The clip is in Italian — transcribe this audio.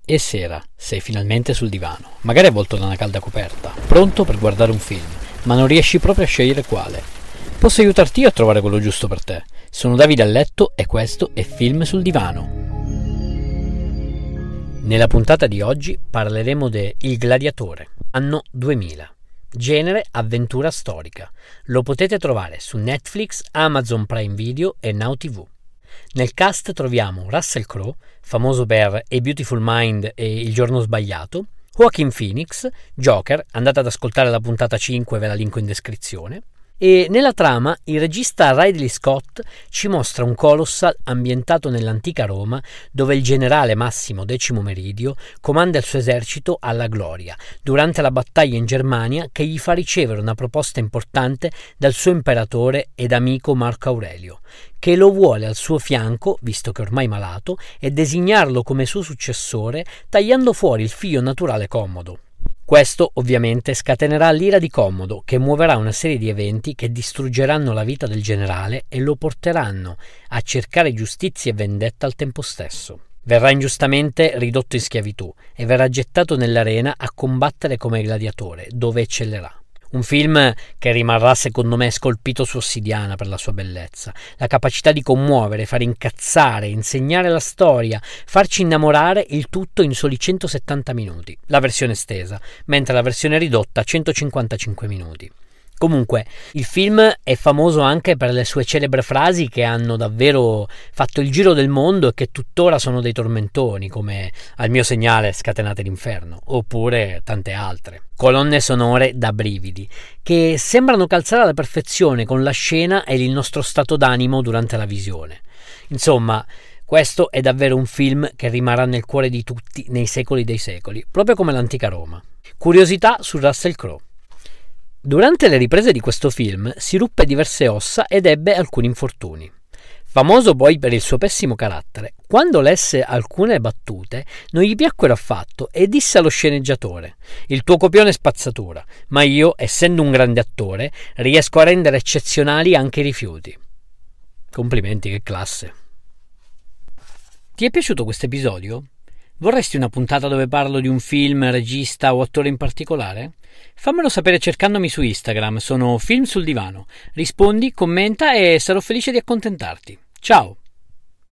È sera, sei finalmente sul divano, magari avvolto da una calda coperta, pronto per guardare un film, ma non riesci proprio a scegliere quale. Posso aiutarti io a trovare quello giusto per te. Sono Davide a letto e questo è Film sul divano. Nella puntata di oggi parleremo de Il Gladiatore, anno 2000. Genere avventura storica. Lo potete trovare su Netflix, Amazon Prime Video e Now TV. Nel cast troviamo Russell Crowe, famoso per A Beautiful Mind e Il giorno sbagliato, Joaquin Phoenix, Joker, andate ad ascoltare la puntata 5, ve la linko in descrizione. E nella trama il regista Ridley Scott ci mostra un colossal ambientato nell'antica Roma, dove il generale Massimo X Meridio comanda il suo esercito alla gloria durante la battaglia in Germania, che gli fa ricevere una proposta importante dal suo imperatore ed amico Marco Aurelio, che lo vuole al suo fianco, visto che ormai malato, e designarlo come suo successore, tagliando fuori il figlio naturale Commodo. Questo ovviamente scatenerà l'ira di Commodo, che muoverà una serie di eventi che distruggeranno la vita del generale e lo porteranno a cercare giustizia e vendetta al tempo stesso. Verrà ingiustamente ridotto in schiavitù e verrà gettato nell'arena a combattere come gladiatore, dove eccellerà. Un film che rimarrà secondo me scolpito su ossidiana per la sua bellezza, la capacità di commuovere, far incazzare, insegnare la storia, farci innamorare, il tutto in soli 170 minuti, la versione estesa, mentre la versione ridotta 155 minuti. Comunque, il film è famoso anche per le sue celebre frasi che hanno davvero fatto il giro del mondo e che tuttora sono dei tormentoni, come "al mio segnale scatenate l'inferno", oppure tante altre. Colonne sonore da brividi, che sembrano calzare alla perfezione con la scena e il nostro stato d'animo durante la visione. Insomma, questo è davvero un film che rimarrà nel cuore di tutti nei secoli dei secoli, proprio come l'antica Roma. Curiosità su Russell Crowe. Durante le riprese di questo film si ruppe diverse ossa ed ebbe alcuni infortuni. Famoso poi per il suo pessimo carattere, quando lesse alcune battute non gli piacquero affatto e disse allo sceneggiatore: "Il tuo copione è spazzatura, ma io, essendo un grande attore, riesco a rendere eccezionali anche i rifiuti". Complimenti, che classe. Ti è piaciuto questo episodio? Vorresti una puntata dove parlo di un film, regista o attore in particolare? Fammelo sapere cercandomi su Instagram, sono Film sul divano. Rispondi, commenta e sarò felice di accontentarti. Ciao!